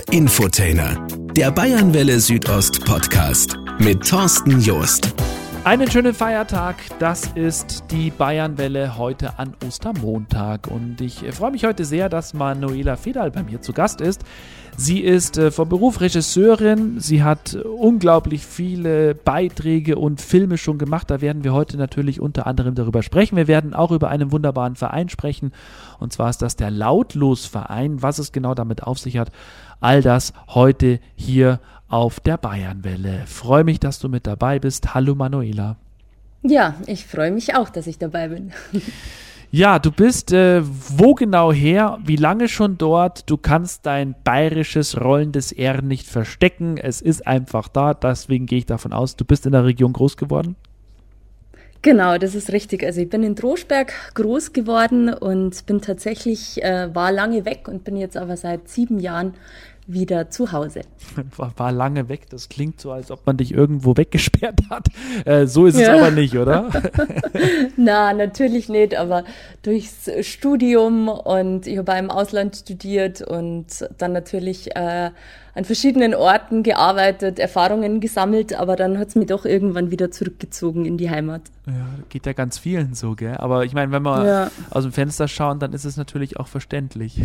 Infotainer, der Bayernwelle Südost Podcast mit Thorsten Joost. Einen schönen Feiertag, das ist die Bayernwelle heute an Ostermontag und ich freue mich heute sehr, dass Manuela Federl bei mir zu Gast ist. Sie ist vom Beruf Regisseurin, sie hat unglaublich viele Beiträge und Filme schon gemacht, da werden wir heute natürlich unter anderem darüber sprechen. Wir werden auch über einen wunderbaren Verein sprechen und zwar ist das der Lautlos-Verein, was es genau damit auf sich hat, all das heute hier auf der Bayernwelle. Freue mich, dass du mit dabei bist. Hallo Manuela. Ja, ich freue mich auch, dass ich dabei bin. Ja, du bist wo genau her? Wie lange schon dort? Du kannst dein bayerisches rollendes R nicht verstecken. Es ist einfach da, deswegen gehe ich davon aus, du bist in der Region groß geworden? Genau, das ist richtig. Also ich bin in Droschberg groß geworden und bin tatsächlich, war lange weg und bin jetzt aber seit 7 Jahren wieder zu Hause. War lange weg, das klingt so, als ob man dich irgendwo weggesperrt hat. So ist es aber nicht, oder? Na, natürlich nicht, aber durchs Studium und ich habe auch im Ausland studiert und dann natürlich an verschiedenen Orten gearbeitet, Erfahrungen gesammelt, aber dann hat es mich doch irgendwann wieder zurückgezogen in die Heimat. Ja, geht ja ganz vielen so, gell? Aber ich meine, wenn wir aus dem Fenster schauen, dann ist es natürlich auch verständlich.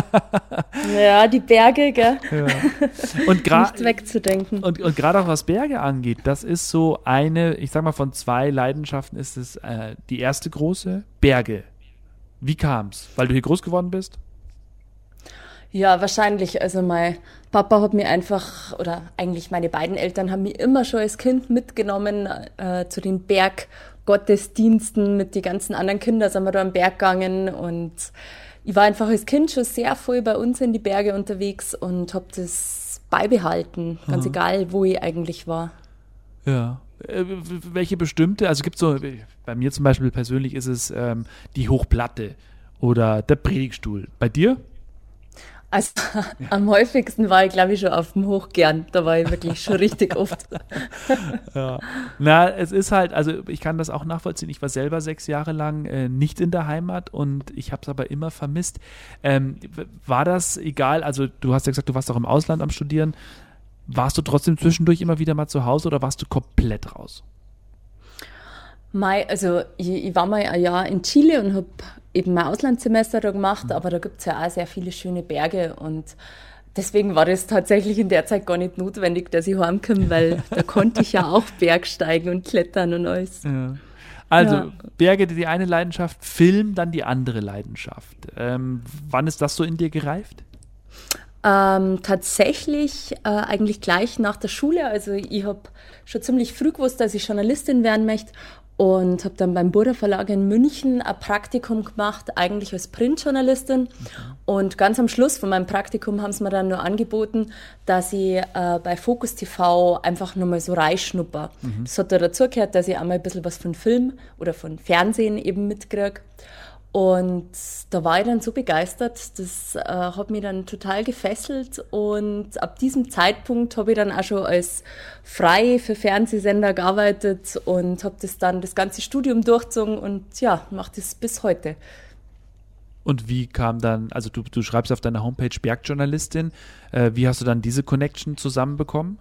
Ja, die Berge, gell? Ja. Und nicht wegzudenken. Und gerade auch was Berge angeht, das ist so eine, ich sag mal von 2 Leidenschaften ist es die erste große, Berge. Wie kam's? Weil du hier groß geworden bist? Ja, wahrscheinlich. Also mein Papa hat mir einfach, oder eigentlich meine beiden Eltern haben mich immer schon als Kind mitgenommen zu den Berggottesdiensten mit den ganzen anderen Kindern, sind wir da am Berg gegangen und ich war einfach als Kind schon sehr viel bei uns in die Berge unterwegs und habe das beibehalten, ganz egal, wo ich eigentlich war. Ja. Welche bestimmte, also gibt es so, bei mir zum Beispiel persönlich ist es die Hochplatte oder der Predigtstuhl. Bei dir? Also am häufigsten war ich, glaube ich, schon auf dem Hochgern. Da war ich wirklich schon richtig oft. Ja. Na, es ist halt, also ich kann das auch nachvollziehen. Ich war selber 6 Jahre lang nicht in der Heimat und ich habe es aber immer vermisst. War das egal, also du hast ja gesagt, du warst auch im Ausland am Studieren. Warst du trotzdem zwischendurch immer wieder mal zu Hause oder warst du komplett raus? Also ich war mal ein Jahr in Chile und habe eben mein Auslandssemester da gemacht, aber da gibt es ja auch sehr viele schöne Berge und deswegen war das tatsächlich in der Zeit gar nicht notwendig, dass ich heimkomme, weil da konnte ich ja auch Bergsteigen und klettern und alles. Ja. Also Berge, die eine Leidenschaft, Film, dann die andere Leidenschaft. Wann ist das so in dir gereift? Tatsächlich eigentlich gleich nach der Schule. Also ich habe schon ziemlich früh gewusst, dass ich Journalistin werden möchte und habe dann beim Burda Verlag in München ein Praktikum gemacht, eigentlich als Printjournalistin. Und ganz am Schluss von meinem Praktikum haben sie mir dann nur angeboten, dass ich bei Focus TV einfach nur mal so reinschnupper. Das hat da dazu gehört, dass ich einmal ein bisschen was von Film oder von Fernsehen eben mitkriege. Und da war ich dann so begeistert, das hat mich dann total gefesselt und ab diesem Zeitpunkt habe ich dann auch schon als frei für Fernsehsender gearbeitet und habe das dann das ganze Studium durchgezogen und ja, mache das bis heute. Und wie kam dann, also du schreibst auf deiner Homepage Bergjournalistin, wie hast du dann diese Connection zusammenbekommen?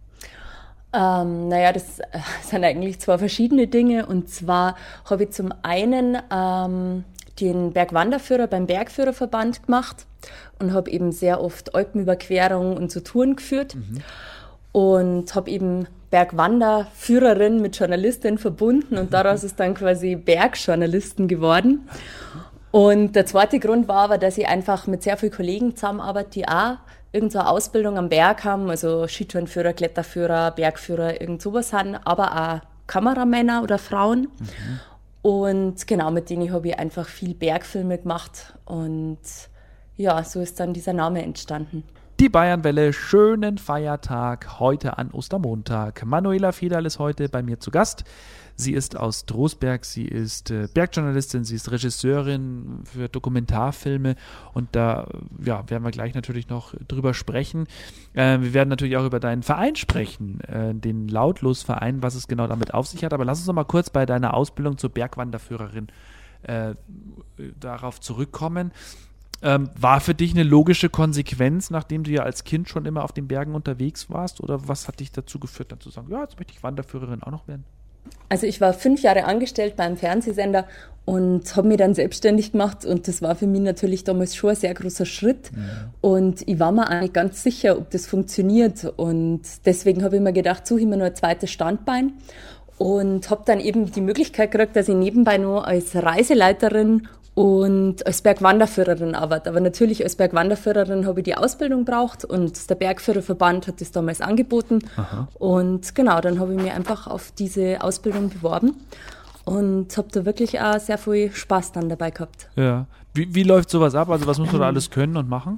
Naja, das sind eigentlich 2 verschiedene Dinge und zwar habe ich zum einen den Bergwanderführer beim Bergführerverband gemacht und habe eben sehr oft Alpenüberquerungen und so Touren geführt und habe eben Bergwanderführerin mit Journalistin verbunden und daraus ist dann quasi Bergjournalisten geworden. Und der zweite Grund war aber, dass ich einfach mit sehr vielen Kollegen zusammenarbeite, die auch irgendeine Ausbildung am Berg haben, also Skitourenführer, Kletterführer, Bergführer, irgend sowas haben, aber auch Kameramänner oder Frauen. Und genau, mit denen habe ich einfach viel Bergfilme gemacht und ja, so ist dann dieser Name entstanden. Die Bayernwelle, schönen Feiertag heute an Ostermontag. Manuela Federl ist heute bei mir zu Gast. Sie ist aus Droschberg, sie ist Bergjournalistin, sie ist Regisseurin für Dokumentarfilme und da werden wir gleich natürlich noch drüber sprechen. Wir werden natürlich auch über deinen Verein sprechen, den Lautlos-Verein, was es genau damit auf sich hat. Aber lass uns noch mal kurz bei deiner Ausbildung zur Bergwanderführerin darauf zurückkommen. War für dich eine logische Konsequenz, nachdem du ja als Kind schon immer auf den Bergen unterwegs warst? Oder was hat dich dazu geführt, dann zu sagen, ja, jetzt möchte ich Wanderführerin auch noch werden? Also ich war 5 Jahre angestellt beim Fernsehsender und habe mich dann selbstständig gemacht und das war für mich natürlich damals schon ein sehr großer Schritt. Und ich war mir auch nicht ganz sicher, ob das funktioniert und deswegen habe ich mir gedacht, suche ich mir noch ein zweites Standbein und habe dann eben die Möglichkeit gekriegt, dass ich nebenbei noch als Reiseleiterin und als Bergwanderführerin arbeite. Aber natürlich als Bergwanderführerin habe ich die Ausbildung braucht und der Bergführerverband hat das damals angeboten. Aha. Und genau, dann habe ich mich einfach auf diese Ausbildung beworben und habe da wirklich auch sehr viel Spaß dann dabei gehabt. Ja. Wie läuft sowas ab? Also was muss man da alles können und machen?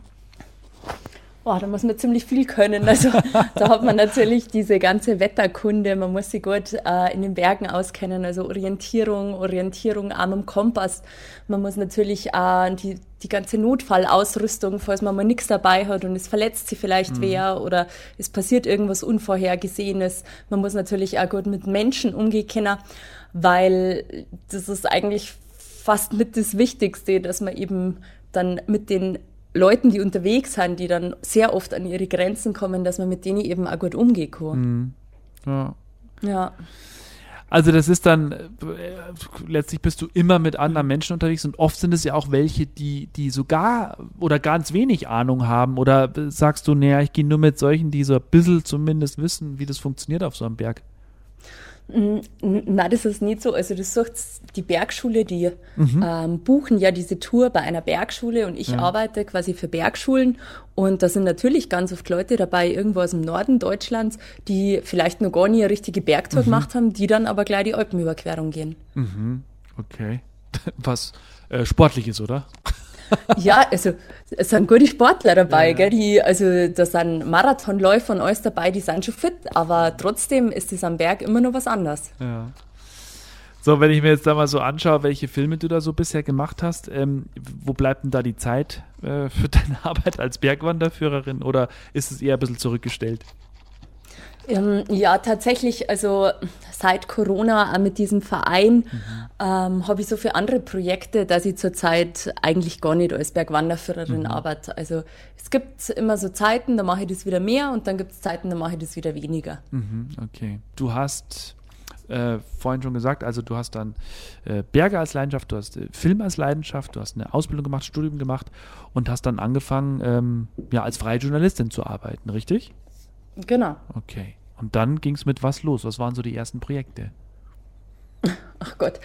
Oh, da muss man ziemlich viel können. Also da hat man natürlich diese ganze Wetterkunde, man muss sich gut in den Bergen auskennen, also Orientierung auch mit dem Kompass. Man muss natürlich die ganze Notfallausrüstung, falls man mal nichts dabei hat und es verletzt sich vielleicht wer oder es passiert irgendwas Unvorhergesehenes. Man muss natürlich auch gut mit Menschen umgehen können, weil das ist eigentlich fast mit das Wichtigste, dass man eben dann mit den Leuten, die unterwegs sind, die dann sehr oft an ihre Grenzen kommen, dass man mit denen eben auch gut umgehen kann. Ja. Also das ist dann, letztlich bist du immer mit anderen Menschen unterwegs und oft sind es ja auch welche, die sogar oder ganz wenig Ahnung haben oder sagst du, naja, ich gehe nur mit solchen, die so ein bisschen zumindest wissen, wie das funktioniert auf so einem Berg. Nein, das ist nicht so. Also das sucht die Bergschule, die buchen ja diese Tour bei einer Bergschule und ich arbeite quasi für Bergschulen und da sind natürlich ganz oft Leute dabei, irgendwo aus dem Norden Deutschlands, die vielleicht noch gar nie eine richtige Bergtour gemacht haben, die dann aber gleich die Alpenüberquerung gehen. Okay. Was Sportliches, oder? Ja, also es sind gute Sportler dabei, gell? Da sind Marathonläufer und alles dabei, die sind schon fit, aber trotzdem ist es am Berg immer noch was anderes. Ja. So, wenn ich mir jetzt da mal so anschaue, welche Filme du da so bisher gemacht hast, wo bleibt denn da die Zeit für deine Arbeit als Bergwanderführerin oder ist es eher ein bisschen zurückgestellt? Ja, tatsächlich, also seit Corona mit diesem Verein habe ich so viele andere Projekte, dass ich zurzeit eigentlich gar nicht als Bergwanderführerin arbeite. Also es gibt immer so Zeiten, da mache ich das wieder mehr und dann gibt es Zeiten, da mache ich das wieder weniger. Okay. Du hast vorhin schon gesagt, also du hast dann Berge als Leidenschaft, du hast Film als Leidenschaft, du hast eine Ausbildung gemacht, Studium gemacht und hast dann angefangen, als freie Journalistin zu arbeiten, richtig? Genau. Okay. Und dann ging es mit was los? Was waren so die ersten Projekte? Ach Gott.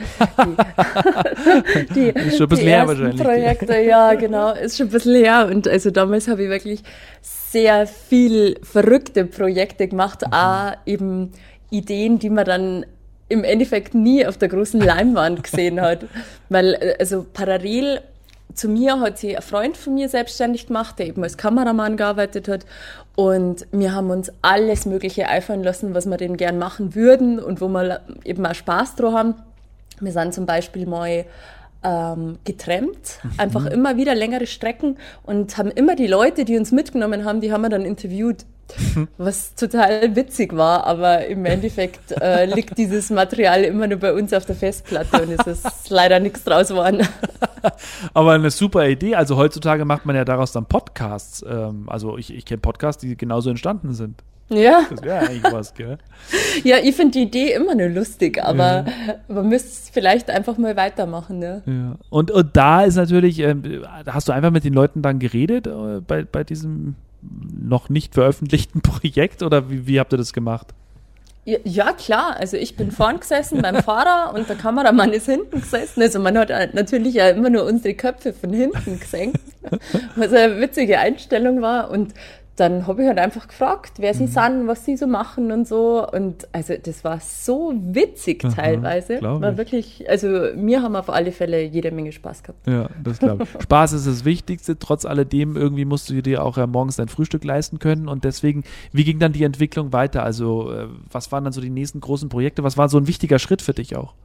Ist schon ein bisschen her wahrscheinlich. Projekte, ja, genau, ist schon ein bisschen her. Und also damals habe ich wirklich sehr viel verrückte Projekte gemacht, auch eben Ideen, die man dann im Endeffekt nie auf der großen Leinwand gesehen hat. Weil, also parallel zu mir hat sich ein Freund von mir selbstständig gemacht, der eben als Kameramann gearbeitet hat. Und wir haben uns alles Mögliche einfallen lassen, was wir denn gern machen würden und wo wir eben auch Spaß dran haben. Wir sind zum Beispiel mal getrennt, einfach immer wieder längere Strecken und haben immer die Leute, die uns mitgenommen haben, die haben wir dann interviewt, was total witzig war, aber im Endeffekt liegt dieses Material immer nur bei uns auf der Festplatte und es ist leider nichts draus geworden. Aber eine super Idee, also heutzutage macht man ja daraus dann Podcasts, also ich kenne Podcasts, die genauso entstanden sind. Ja. Das wäre eigentlich was, gell? Ja, ich finde die Idee immer nur lustig, aber man müsste es vielleicht einfach mal weitermachen. Ne? Ja. Und da ist natürlich, hast du einfach mit den Leuten dann geredet bei diesem noch nicht veröffentlichten Projekt oder wie habt ihr das gemacht? Ja, klar. Also ich bin vorn gesessen beim Fahrer und der Kameramann ist hinten gesessen. Also man hat natürlich ja immer nur unsere Köpfe von hinten gesehen, was eine witzige Einstellung war. Und dann habe ich halt einfach gefragt, wer sie sind, was sie so machen und so. Und also das war so witzig teilweise. War wirklich, also wir haben auf alle Fälle jede Menge Spaß gehabt. Ja, das glaube ich. Spaß ist das Wichtigste. Trotz alledem irgendwie musst du dir auch morgens dein Frühstück leisten können. Und deswegen, wie ging dann die Entwicklung weiter? Also was waren dann so die nächsten großen Projekte? Was war so ein wichtiger Schritt für dich auch?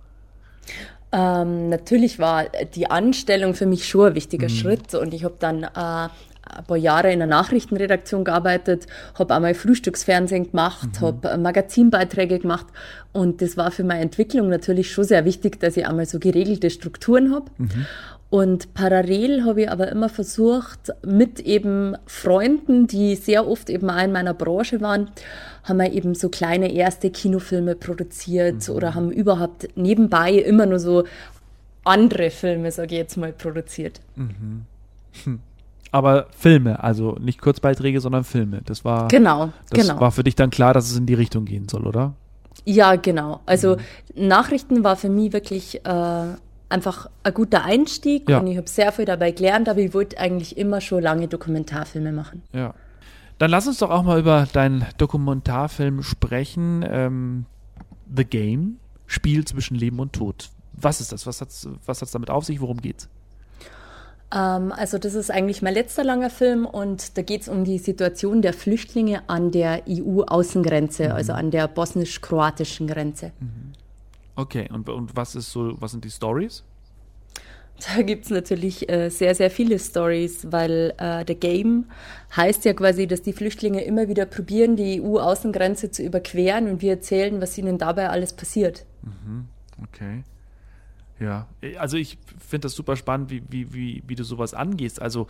Natürlich war die Anstellung für mich schon ein wichtiger Schritt. Und ich habe dann ein paar Jahre in der Nachrichtenredaktion gearbeitet, habe einmal Frühstücksfernsehen gemacht, habe Magazinbeiträge gemacht und das war für meine Entwicklung natürlich schon sehr wichtig, dass ich einmal so geregelte Strukturen habe. Und parallel habe ich aber immer versucht, mit eben Freunden, die sehr oft eben auch in meiner Branche waren, haben wir eben so kleine erste Kinofilme produziert oder haben überhaupt nebenbei immer nur so andere Filme, sage ich jetzt mal, produziert. Aber Filme, also nicht Kurzbeiträge, sondern Filme. Das war für dich dann klar, dass es in die Richtung gehen soll, oder? Ja, genau. Also Nachrichten war für mich wirklich einfach ein guter Einstieg und ich habe sehr viel dabei gelernt, aber ich wollte eigentlich immer schon lange Dokumentarfilme machen. Ja. Dann lass uns doch auch mal über deinen Dokumentarfilm sprechen. The Game, Spiel zwischen Leben und Tod. Was ist das? Was hat's damit auf sich? Worum geht's? Also das ist eigentlich mein letzter langer Film und da geht es um die Situation der Flüchtlinge an der EU-Außengrenze, also an der bosnisch-kroatischen Grenze. Okay, und was sind die Stories? Da gibt es natürlich sehr, sehr viele Stories, weil The Game heißt ja quasi, dass die Flüchtlinge immer wieder probieren, die EU-Außengrenze zu überqueren und wir erzählen, was ihnen dabei alles passiert. Okay. Ja, also ich finde das super spannend, wie du sowas angehst. Also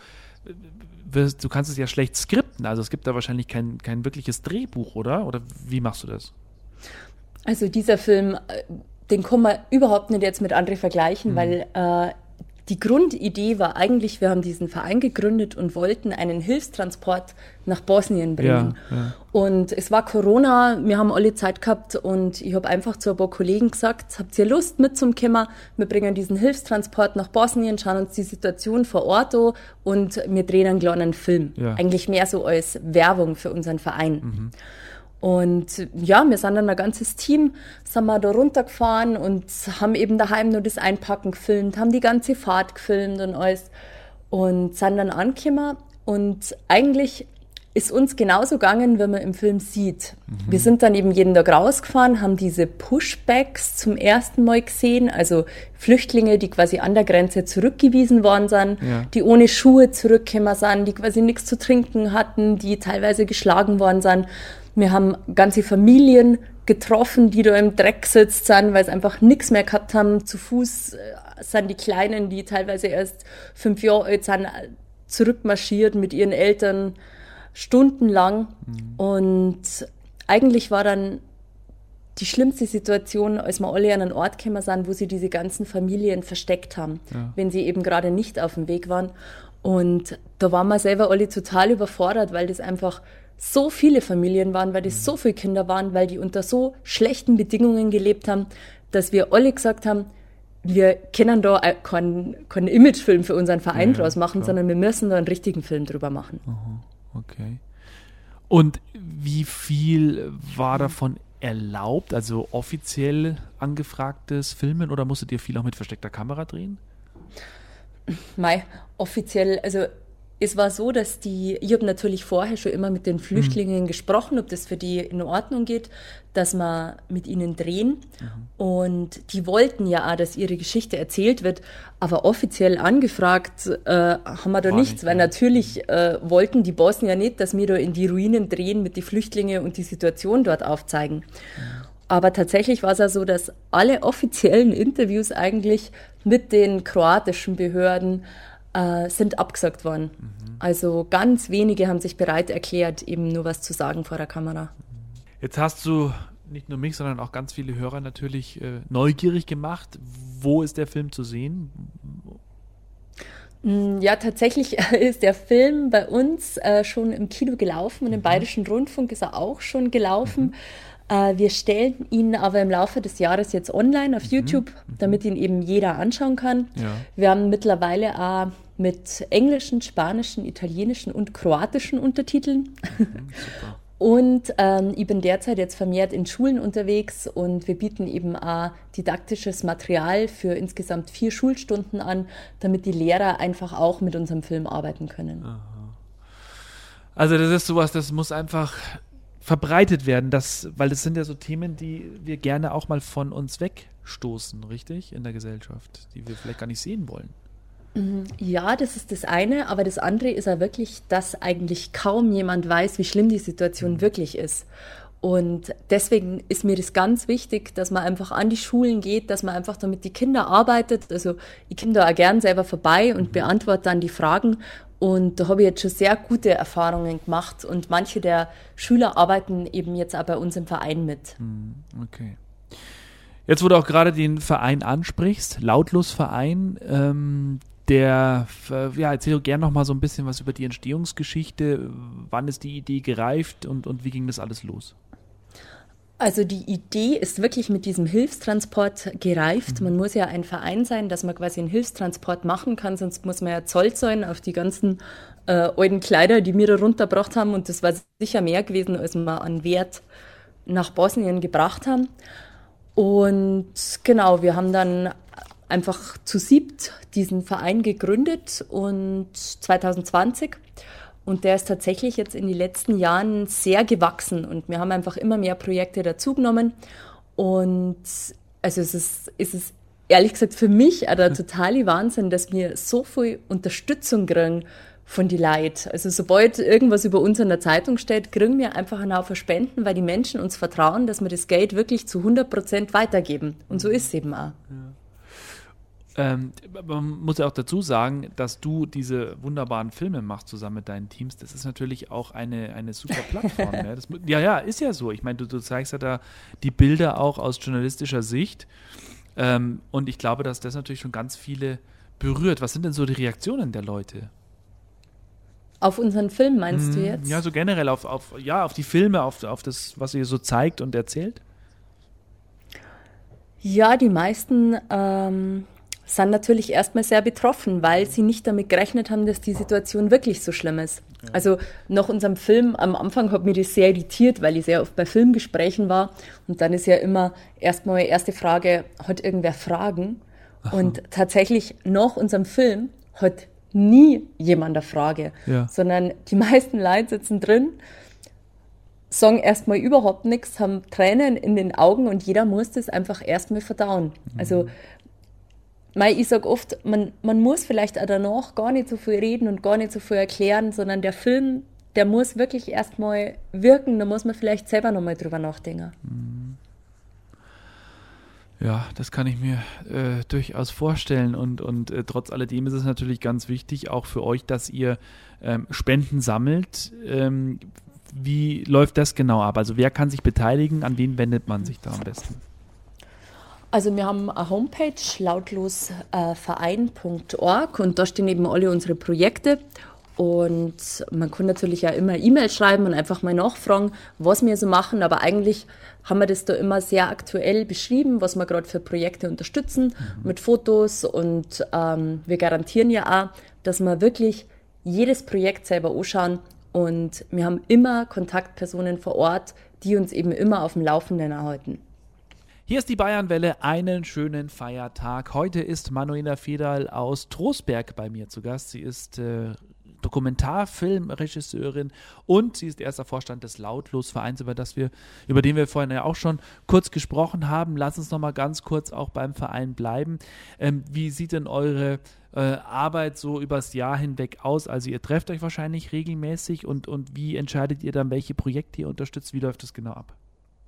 du kannst es ja schlecht skripten, also es gibt da wahrscheinlich kein wirkliches Drehbuch, oder? Oder wie machst du das? Also dieser Film, den kann man überhaupt nicht jetzt mit anderen vergleichen, weil die Grundidee war eigentlich, wir haben diesen Verein gegründet und wollten einen Hilfstransport nach Bosnien bringen. Ja. Und es war Corona, wir haben alle Zeit gehabt und ich habe einfach zu ein paar Kollegen gesagt, habt ihr Lust mitzukommen? Wir bringen diesen Hilfstransport nach Bosnien, schauen uns die Situation vor Ort an und wir drehen einen kleinen Film. Ja. Eigentlich mehr so als Werbung für unseren Verein. Und ja, wir sind dann ein ganzes Team, sind wir da runtergefahren und haben eben daheim nur das Einpacken gefilmt, haben die ganze Fahrt gefilmt und alles und sind dann angekommen und eigentlich ist uns genauso gegangen, wie man im Film sieht. Wir sind dann eben jeden Tag rausgefahren, haben diese Pushbacks zum ersten Mal gesehen, also Flüchtlinge, die quasi an der Grenze zurückgewiesen worden sind, die ohne Schuhe zurückgekommen sind, die quasi nichts zu trinken hatten, die teilweise geschlagen worden sind. Wir haben ganze Familien getroffen, die da im Dreck sitzt sind, weil sie einfach nichts mehr gehabt haben. Zu Fuß sind die Kleinen, die teilweise erst 5 Jahre alt sind, zurückmarschiert mit ihren Eltern stundenlang. Und eigentlich war dann die schlimmste Situation, als wir alle an einen Ort gekommen sind, wo sie diese ganzen Familien versteckt haben, wenn sie eben gerade nicht auf dem Weg waren. Und da waren wir selber alle total überfordert, weil das einfach so viele Familien waren, weil das so viele Kinder waren, weil die unter so schlechten Bedingungen gelebt haben, dass wir alle gesagt haben, wir können da keinen Imagefilm für unseren Verein draus machen, sondern wir müssen da einen richtigen Film drüber machen. Okay. Und wie viel war davon erlaubt, also offiziell angefragtes Filmen, oder musstet ihr viel auch mit versteckter Kamera drehen? Offiziell, also es war so, dass ich habe natürlich vorher schon immer mit den Flüchtlingen gesprochen, ob das für die in Ordnung geht, dass wir mit ihnen drehen. Und die wollten ja auch, dass ihre Geschichte erzählt wird, aber offiziell angefragt haben wir da nichts, weil natürlich wollten die Bosnier ja nicht, dass wir da in die Ruinen drehen mit den Flüchtlingen und die Situation dort aufzeigen. Aber tatsächlich war es ja so, dass alle offiziellen Interviews eigentlich mit den kroatischen Behörden sind abgesagt worden. Also ganz wenige haben sich bereit erklärt, eben nur was zu sagen vor der Kamera. Jetzt hast du nicht nur mich, sondern auch ganz viele Hörer natürlich neugierig gemacht. Wo ist der Film zu sehen? Ja, tatsächlich ist der Film bei uns schon im Kino gelaufen und im Bayerischen Rundfunk ist er auch schon gelaufen. Wir stellen ihn aber im Laufe des Jahres jetzt online auf YouTube, damit ihn eben jeder anschauen kann. Wir haben mittlerweile auch mit englischen, spanischen, italienischen und kroatischen Untertiteln. Super. Und ich bin derzeit jetzt vermehrt in Schulen unterwegs und wir bieten eben auch didaktisches Material für insgesamt 4 Schulstunden an, damit die Lehrer einfach auch mit unserem Film arbeiten können. Also das ist sowas, das muss einfach verbreitet werden, weil das sind ja so Themen, die wir gerne auch mal von uns wegstoßen, richtig, in der Gesellschaft, die wir vielleicht gar nicht sehen wollen. Ja, das ist das eine, aber das andere ist ja wirklich, dass eigentlich kaum jemand weiß, wie schlimm die Situation wirklich ist. Und deswegen ist mir das ganz wichtig, dass man einfach an die Schulen geht, dass man einfach damit die Kinder arbeitet. Also ich komme da auch gern selber vorbei und beantworte dann die Fragen. Und da habe ich jetzt schon sehr gute Erfahrungen gemacht. Und manche der Schüler arbeiten eben jetzt auch bei uns im Verein mit. Okay. Jetzt, wo du auch gerade den Verein ansprichst, Lautlos-Verein, erzähl doch gerne noch mal so ein bisschen was über die Entstehungsgeschichte. Wann ist die Idee gereift und wie ging das alles los? Also die Idee ist wirklich mit diesem Hilfstransport gereift. Man muss ja ein Verein sein, dass man quasi einen Hilfstransport machen kann, sonst muss man ja Zoll zahlen auf die ganzen alten Kleider, die wir da runtergebracht haben. Und das war sicher mehr gewesen, als wir an Wert nach Bosnien gebracht haben. Und genau, wir haben dann einfach zu 7 diesen Verein gegründet und 2020. Und der ist tatsächlich jetzt in den letzten Jahren sehr gewachsen und wir haben einfach immer mehr Projekte dazugenommen. Und also es ist ehrlich gesagt für mich auch der totale Wahnsinn, dass wir so viel Unterstützung kriegen von den Leuten. Also sobald irgendwas über uns in der Zeitung steht, kriegen wir einfach einen Haufen Spenden, weil die Menschen uns vertrauen, dass wir das Geld wirklich zu 100% weitergeben. Und so ist es eben auch. Ja. Man muss ja auch dazu sagen, dass du diese wunderbaren Filme machst zusammen mit deinen Teams. Das ist natürlich auch eine super Plattform. Ne? Ist ja so. Ich meine, du zeigst ja da die Bilder auch aus journalistischer Sicht. Und ich glaube, dass das natürlich schon ganz viele berührt. Was sind denn so die Reaktionen der Leute? Auf unseren Film meinst du jetzt? Ja, so generell auf die Filme, auf das, was ihr so zeigt und erzählt? Ja, die meisten sind natürlich erstmal sehr betroffen, weil sie nicht damit gerechnet haben, dass die Situation wirklich so schlimm ist. Ja. Also nach unserem Film, am Anfang hat mich das sehr irritiert, weil ich sehr oft bei Filmgesprächen war und dann ist ja immer erstmal erste Frage, hat irgendwer Fragen? Aha. Und tatsächlich nach unserem Film hat nie jemand eine Frage, sondern die meisten Leute sitzen drin, sagen erstmal überhaupt nichts, haben Tränen in den Augen und jeder muss das einfach erstmal verdauen. Also ich sage oft, man muss vielleicht auch danach gar nicht so viel reden und gar nicht so viel erklären, sondern der Film, der muss wirklich erstmal wirken, da muss man vielleicht selber nochmal drüber nachdenken. Ja, das kann ich mir durchaus vorstellen und trotz alledem ist es natürlich ganz wichtig, auch für euch, dass ihr Spenden sammelt. Wie läuft das genau ab? Also wer kann sich beteiligen, an wen wendet man sich da am besten? Also wir haben eine Homepage, lautlosverein.org und da stehen eben alle unsere Projekte und man kann natürlich ja immer E-Mail schreiben und einfach mal nachfragen, was wir so machen, aber eigentlich haben wir das da immer sehr aktuell beschrieben, was wir gerade für Projekte unterstützen, mit Fotos und wir garantieren ja auch, dass wir wirklich jedes Projekt selber anschauen und wir haben immer Kontaktpersonen vor Ort, die uns eben immer auf dem Laufenden erhalten. Hier ist die Bayernwelle, einen schönen Feiertag. Heute ist Manuela Federl aus Trostberg bei mir zu Gast. Sie ist Dokumentarfilmregisseurin und sie ist erster Vorstand des Lautlos-Vereins, über den wir vorhin ja auch schon kurz gesprochen haben. Lass uns noch mal ganz kurz auch beim Verein bleiben. Wie sieht denn eure Arbeit so übers Jahr hinweg aus? Also ihr trefft euch wahrscheinlich regelmäßig und wie entscheidet ihr dann, welche Projekte ihr unterstützt? Wie läuft das genau ab?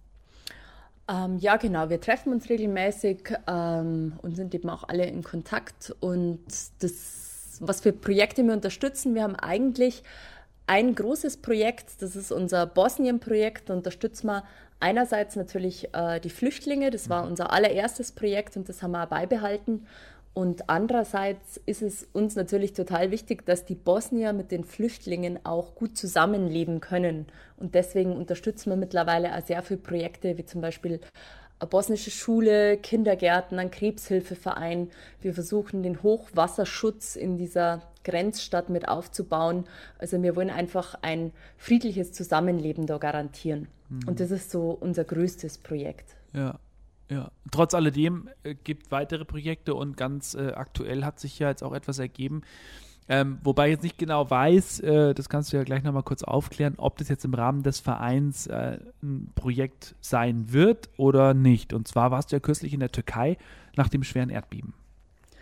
Ja, genau. Wir treffen uns regelmäßig und sind eben auch alle in Kontakt. Und das, was für Projekte wir unterstützen, wir haben eigentlich ein großes Projekt, das ist unser Bosnien-Projekt. Da unterstützen wir einerseits natürlich die Flüchtlinge, das war unser allererstes Projekt und das haben wir auch beibehalten. Und andererseits ist es uns natürlich total wichtig, dass die Bosnier mit den Flüchtlingen auch gut zusammenleben können. Und deswegen unterstützen wir mittlerweile auch sehr viele Projekte, wie zum Beispiel eine bosnische Schule, Kindergärten, ein Krebshilfeverein. Wir versuchen, den Hochwasserschutz in dieser Grenzstadt mit aufzubauen. Also wir wollen einfach ein friedliches Zusammenleben da garantieren. Und das ist so unser größtes Projekt. Ja. Ja, trotz alledem gibt weitere Projekte und ganz aktuell hat sich ja jetzt auch etwas ergeben, wobei ich jetzt nicht genau weiß, das kannst du ja gleich nochmal kurz aufklären, ob das jetzt im Rahmen des Vereins ein Projekt sein wird oder nicht. Und zwar warst du ja kürzlich in der Türkei nach dem schweren Erdbeben.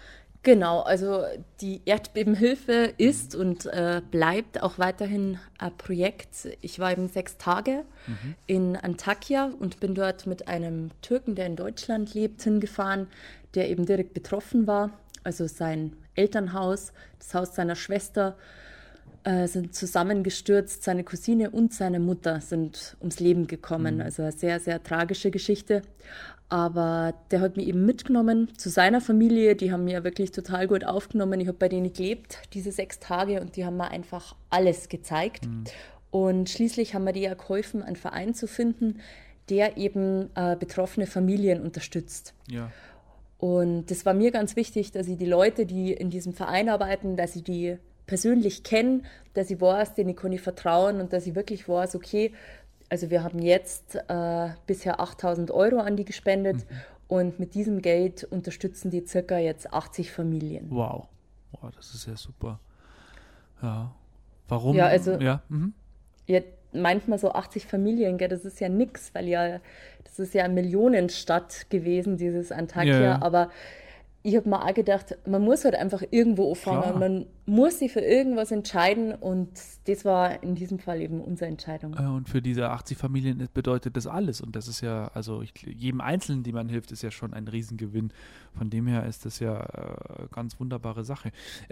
Genau, also die Erdbebenhilfe ist und bleibt auch weiterhin ein Projekt. Ich war eben 6 Tage in Antakya und bin dort mit einem Türken, der in Deutschland lebt, hingefahren, der eben direkt betroffen war. Also sein Elternhaus, das Haus seiner Schwester sind zusammengestürzt. Seine Cousine und seine Mutter sind ums Leben gekommen. Also eine sehr, sehr tragische Geschichte. Aber der hat mich eben mitgenommen zu seiner Familie. Die haben mir wirklich total gut aufgenommen. Ich habe bei denen gelebt, diese 6 Tage, und die haben mir einfach alles gezeigt. Und schließlich haben wir dir ja geholfen, einen Verein zu finden, der eben betroffene Familien unterstützt. Ja. Und das war mir ganz wichtig, dass ich die Leute, die in diesem Verein arbeiten, dass ich die persönlich kenne, dass ich weiß, denen kann ich vertrauen und dass ich wirklich weiß, okay, also wir haben jetzt bisher 8.000 € an die gespendet und mit diesem Geld unterstützen die circa jetzt 80 Familien. Wow, das ist ja super. Ja, warum? Ja, also ja, manchmal so 80 Familien, gell, das ist ja nix, weil ja, das ist ja eine Millionenstadt gewesen, dieses Antakya, Ja. aber ich habe mir auch gedacht, man muss halt einfach irgendwo anfangen, Klar. man muss sich für irgendwas entscheiden und das war in diesem Fall eben unsere Entscheidung. Und für diese 80 Familien bedeutet das alles. Und das ist ja, also jedem Einzelnen, dem man hilft, ist ja schon ein Riesengewinn. Von dem her ist das ja ganz wunderbare Sache.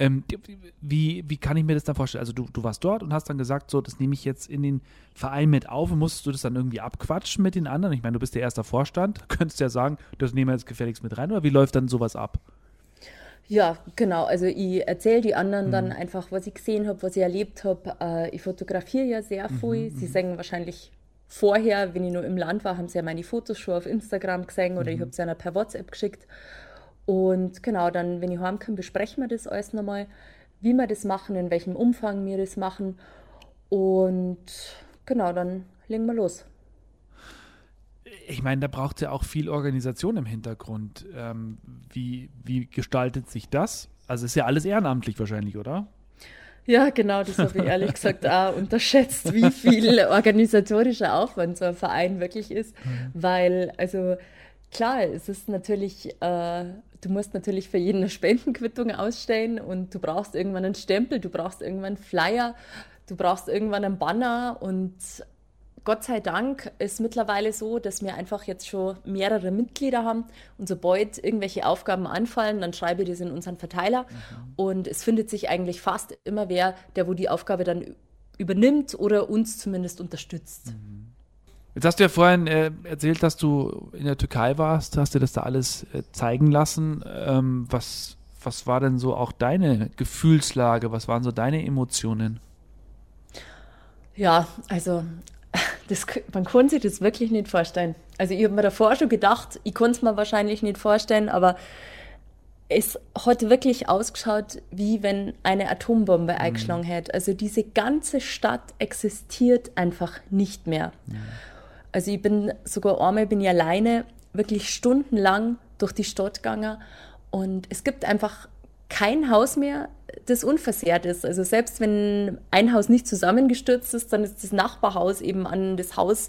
Wie kann ich mir das dann vorstellen? Also du warst dort und hast dann gesagt, so, das nehme ich jetzt in den Verein mit auf. Und musstest du das dann irgendwie abquatschen mit den anderen? Ich meine, du bist der erste Vorstand. Könntest ja sagen, das nehmen wir jetzt gefälligst mit rein. Oder wie läuft dann sowas ab? Ja, genau. Also ich erzähle die anderen dann einfach, was ich gesehen habe, was ich erlebt habe. Ich fotografiere ja sehr viel. Sie sehen wahrscheinlich vorher, wenn ich nur im Land war, haben sie ja meine Fotos schon auf Instagram gesehen oder ich habe es einer per WhatsApp geschickt. Und genau, dann, wenn ich heimkomme, besprechen wir das alles nochmal, wie wir das machen, in welchem Umfang wir das machen. Und genau, dann legen wir los. Ich meine, da braucht es ja auch viel Organisation im Hintergrund. Wie gestaltet sich das? Also ist ja alles ehrenamtlich wahrscheinlich, oder? Ja, genau, das habe ich ehrlich gesagt auch unterschätzt, wie viel organisatorischer Aufwand so ein Verein wirklich ist. Weil, also klar, es ist natürlich, du musst natürlich für jeden eine Spendenquittung ausstellen und du brauchst irgendwann einen Stempel, du brauchst irgendwann einen Flyer, du brauchst irgendwann einen Banner und Gott sei Dank ist mittlerweile so, dass wir einfach jetzt schon mehrere Mitglieder haben und sobald irgendwelche Aufgaben anfallen, dann schreibe ich das in unseren Verteiler und es findet sich eigentlich fast immer wer, der wo die Aufgabe dann übernimmt oder uns zumindest unterstützt. Jetzt hast du ja vorhin erzählt, dass du in der Türkei warst, hast dir das da alles zeigen lassen. Was war denn so auch deine Gefühlslage? Was waren so deine Emotionen? Ja, also man kann sich das wirklich nicht vorstellen. Also ich habe mir davor schon gedacht, ich konnte es mir wahrscheinlich nicht vorstellen, aber es hat wirklich ausgeschaut, wie wenn eine Atombombe eingeschlagen hätte. Also diese ganze Stadt existiert einfach nicht mehr. Also ich bin sogar einmal alleine wirklich stundenlang durch die Stadt gegangen und es gibt einfach kein Haus mehr, das unversehrt ist. Also selbst wenn ein Haus nicht zusammengestürzt ist, dann ist das Nachbarhaus eben an das Haus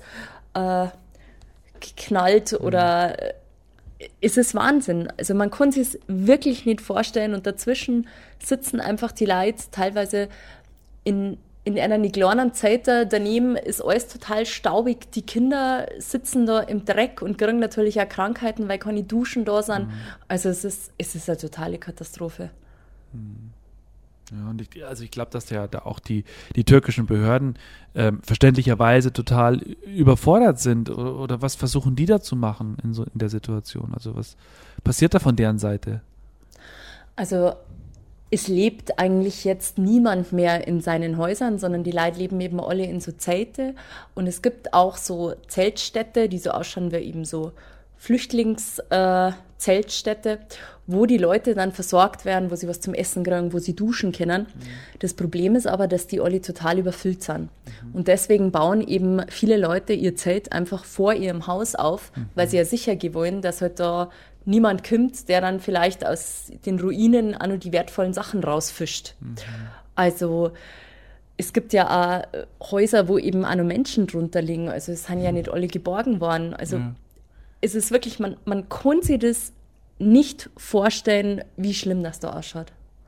geknallt oder ist es Wahnsinn. Also man kann sich es wirklich nicht vorstellen und dazwischen sitzen einfach die Leute teilweise in einer kleinen Zeit daneben ist alles total staubig. Die Kinder sitzen da im Dreck und kriegen natürlich auch Krankheiten, weil keine Duschen da sind. Also es ist eine totale Katastrophe. Ja, und ich glaube, dass ja da auch die türkischen Behörden verständlicherweise total überfordert sind. Oder was versuchen die da zu machen in der Situation? Also was passiert da von deren Seite? Also es lebt eigentlich jetzt niemand mehr in seinen Häusern, sondern die Leute leben eben alle in so Zelte. Und es gibt auch so Zeltstädte, die so ausschauen wie eben so Flüchtlingszeltstädte, wo die Leute dann versorgt werden, wo sie was zum Essen kriegen, wo sie duschen können. Das Problem ist aber, dass die alle total überfüllt sind. Und deswegen bauen eben viele Leute ihr Zelt einfach vor ihrem Haus auf, weil sie ja sicher gehen wollen, dass halt da niemand kommt, der dann vielleicht aus den Ruinen auch nur die wertvollen Sachen rausfischt. Also es gibt ja auch Häuser, wo eben auch noch Menschen drunter liegen. Also es sind ja nicht alle geborgen worden. Also es ist wirklich, man kann sich das nicht vorstellen, wie schlimm das da ausschaut.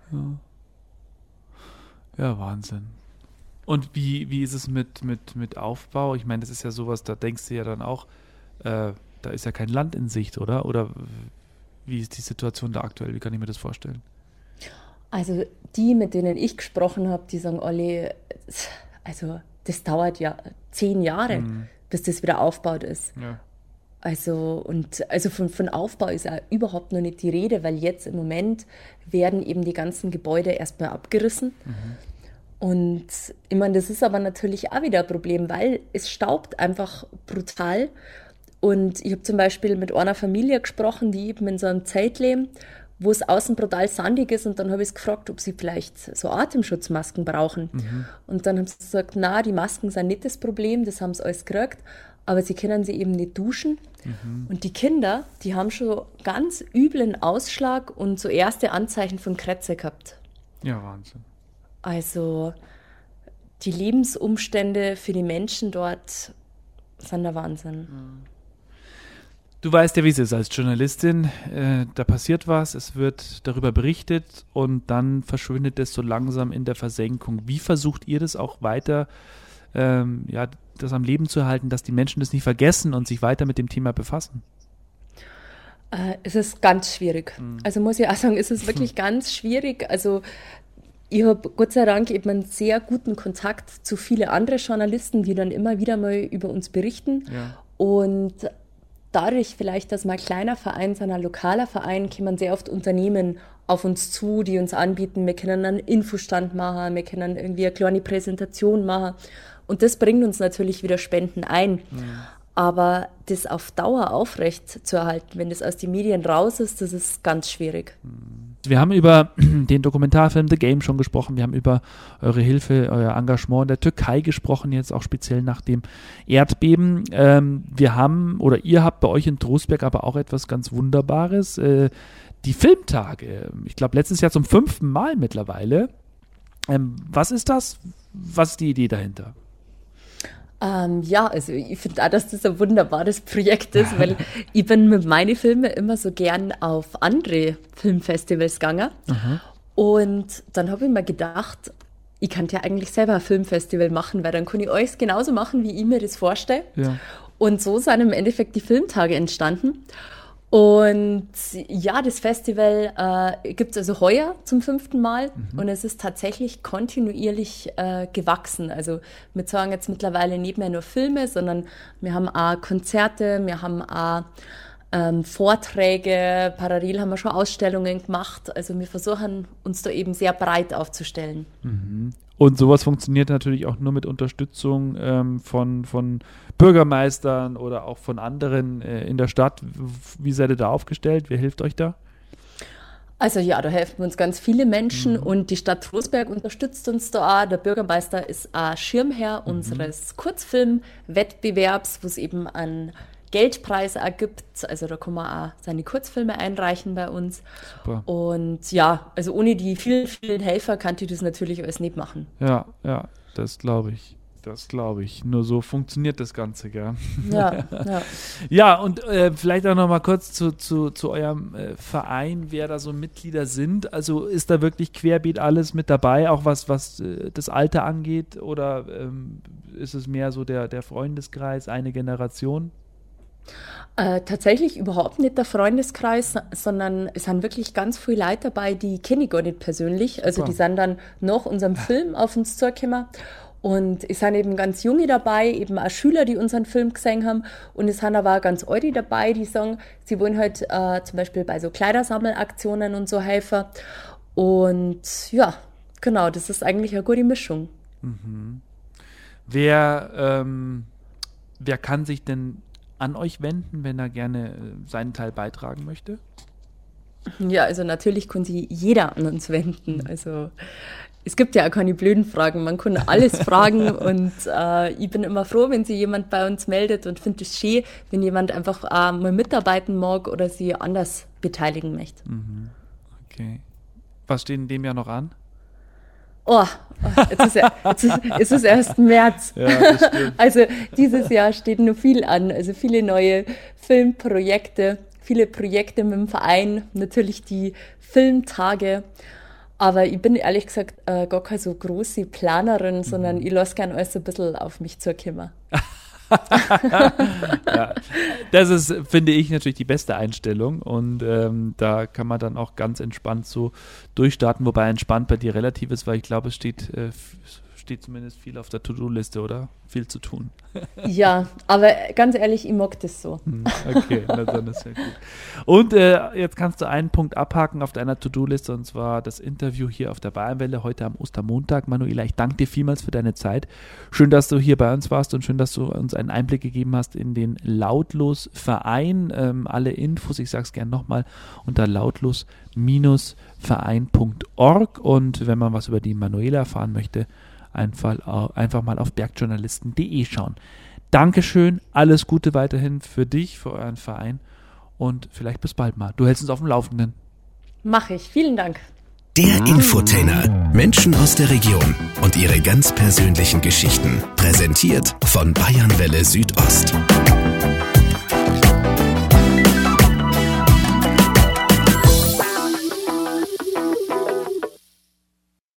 Ja, Wahnsinn. Und wie ist es mit Aufbau? Ich meine, das ist ja sowas, da denkst du ja dann auch, da ist ja kein Land in Sicht, oder? Oder wie ist die Situation da aktuell? Wie kann ich mir das vorstellen? Also die, mit denen ich gesprochen habe, die sagen alle, also das dauert ja 10 Jahre, bis das wieder aufgebaut ist. Ja. Also von Aufbau ist ja überhaupt noch nicht die Rede, weil jetzt im Moment werden eben die ganzen Gebäude erstmal abgerissen. Und ich meine, das ist aber natürlich auch wieder ein Problem, weil es staubt einfach brutal. Und ich habe zum Beispiel mit einer Familie gesprochen, die eben in so einem Zelt leben, wo es außen brutal sandig ist. Und dann habe ich gefragt, ob sie vielleicht so Atemschutzmasken brauchen. Und dann haben sie gesagt, na, die Masken sind nicht das Problem, das haben sie alles gekriegt. Aber sie können sie eben nicht duschen. Und die Kinder, die haben schon ganz üblen Ausschlag und so erste Anzeichen von Krätze gehabt. Ja, Wahnsinn. Also die Lebensumstände für die Menschen dort sind der Wahnsinn. Du weißt ja, wie es ist als Journalistin. Da passiert was, es wird darüber berichtet und dann verschwindet es so langsam in der Versenkung. Wie versucht ihr das auch weiter, das am Leben zu erhalten, dass die Menschen das nicht vergessen und sich weiter mit dem Thema befassen? Es ist ganz schwierig. Also muss ich auch sagen, es ist wirklich ganz schwierig. Also ich habe Gott sei Dank eben einen sehr guten Kontakt zu vielen anderen Journalisten, die dann immer wieder mal über uns berichten. Ja. Und dadurch vielleicht, dass wir ein kleiner Verein sind, ein lokaler Verein, kommen sehr oft Unternehmen auf uns zu, die uns anbieten, wir können einen Infostand machen, wir können irgendwie eine kleine Präsentation machen. Und das bringt uns natürlich wieder Spenden ein. Aber das auf Dauer aufrecht zu erhalten, wenn das aus den Medien raus ist, das ist ganz schwierig. Wir haben über den Dokumentarfilm The Game schon gesprochen, wir haben über eure Hilfe, euer Engagement in der Türkei gesprochen, jetzt auch speziell nach dem Erdbeben. Ihr habt bei euch in Trostberg aber auch etwas ganz Wunderbares, die Filmtage. Ich glaube, letztes Jahr zum 5. Mal mittlerweile. Was ist das? Was ist die Idee dahinter? Also ich finde auch, dass das ein wunderbares Projekt ist, weil ich bin mit meinen Filmen immer so gern auf andere Filmfestivals gegangen. Und dann habe ich mir gedacht, ich kann ja eigentlich selber ein Filmfestival machen, weil dann kann ich alles genauso machen, wie ich mir das vorstelle. Ja. Und so sind im Endeffekt die Filmtage entstanden. Und ja, das Festival gibt es also heuer zum 5. Mal und es ist tatsächlich kontinuierlich gewachsen. Also wir zeigen jetzt mittlerweile nicht mehr nur Filme, sondern wir haben auch Konzerte, wir haben auch Vorträge, parallel haben wir schon Ausstellungen gemacht. Also wir versuchen uns da eben sehr breit aufzustellen. Und sowas funktioniert natürlich auch nur mit Unterstützung von Bürgermeistern oder auch von anderen in der Stadt. Wie seid ihr da aufgestellt? Wer hilft euch da? Also ja, da helfen uns ganz viele Menschen und die Stadt Trostberg unterstützt uns da auch. Der Bürgermeister ist auch Schirmherr unseres Kurzfilmwettbewerbs, wo es eben an Geldpreis ergibt. Also da kann man auch seine Kurzfilme einreichen bei uns. Super. Und ja, also ohne die vielen, vielen Helfer kann ich das natürlich alles nicht machen. Ja, das glaube ich. Nur so funktioniert das Ganze, gell? Ja. Ja, und vielleicht auch noch mal kurz zu eurem Verein, wer da so Mitglieder sind. Also ist da wirklich querbeet alles mit dabei, auch was das Alter angeht? Oder ist es mehr so der Freundeskreis, eine Generation? Tatsächlich überhaupt nicht der Freundeskreis, sondern es sind wirklich ganz viele Leute dabei, die kenne ich gar nicht persönlich. Also die sind dann nach unserem Film auf uns zugekommen. Und es sind eben ganz Junge dabei, eben auch Schüler, die unseren Film gesehen haben. Und es sind aber auch ganz Alte dabei, die sagen, sie wollen halt zum Beispiel bei so Kleidersammelaktionen und so helfen. Und ja, genau, das ist eigentlich eine gute Mischung. Wer kann sich denn an euch wenden, wenn er gerne seinen Teil beitragen möchte? Ja, also natürlich kann sich jeder an uns wenden. Also es gibt ja auch keine blöden Fragen, man kann alles fragen und ich bin immer froh, wenn sich jemand bei uns meldet und finde es schön, wenn jemand einfach mal mitarbeiten mag oder sich anders beteiligen möchte. Okay. Was steht in dem Jahr noch an? Es ist erst März. Ja, das stimmt. Also dieses Jahr steht noch viel an, also viele neue Filmprojekte, viele Projekte mit dem Verein, natürlich die Filmtage. Aber ich bin ehrlich gesagt gar keine so große Planerin, sondern ich lasse gerne alles ein bisschen auf mich zukommen. Ja, das ist, finde ich, natürlich die beste Einstellung und da kann man dann auch ganz entspannt so durchstarten, wobei entspannt bei dir relativ ist, weil ich glaube, es steht zumindest viel auf der To-Do-Liste, oder? Viel zu tun. Ja, aber ganz ehrlich, ich mag das so. Okay, dann ist ja gut. Und jetzt kannst du einen Punkt abhaken auf deiner To-Do-Liste und zwar das Interview hier auf der Bayernwelle heute am Ostermontag. Manuela, ich danke dir vielmals für deine Zeit. Schön, dass du hier bei uns warst und schön, dass du uns einen Einblick gegeben hast in den Lautlos-Verein. Alle Infos, ich sage es gerne nochmal, unter lautlos-verein.org und wenn man was über die Manuela erfahren möchte, einfach mal auf bergjournalisten.de schauen. Dankeschön, alles Gute weiterhin für dich, für euren Verein und vielleicht bis bald mal. Du hältst uns auf dem Laufenden. Mache ich, vielen Dank. Der Infotainer. Menschen aus der Region und ihre ganz persönlichen Geschichten. Präsentiert von Bayernwelle Südost.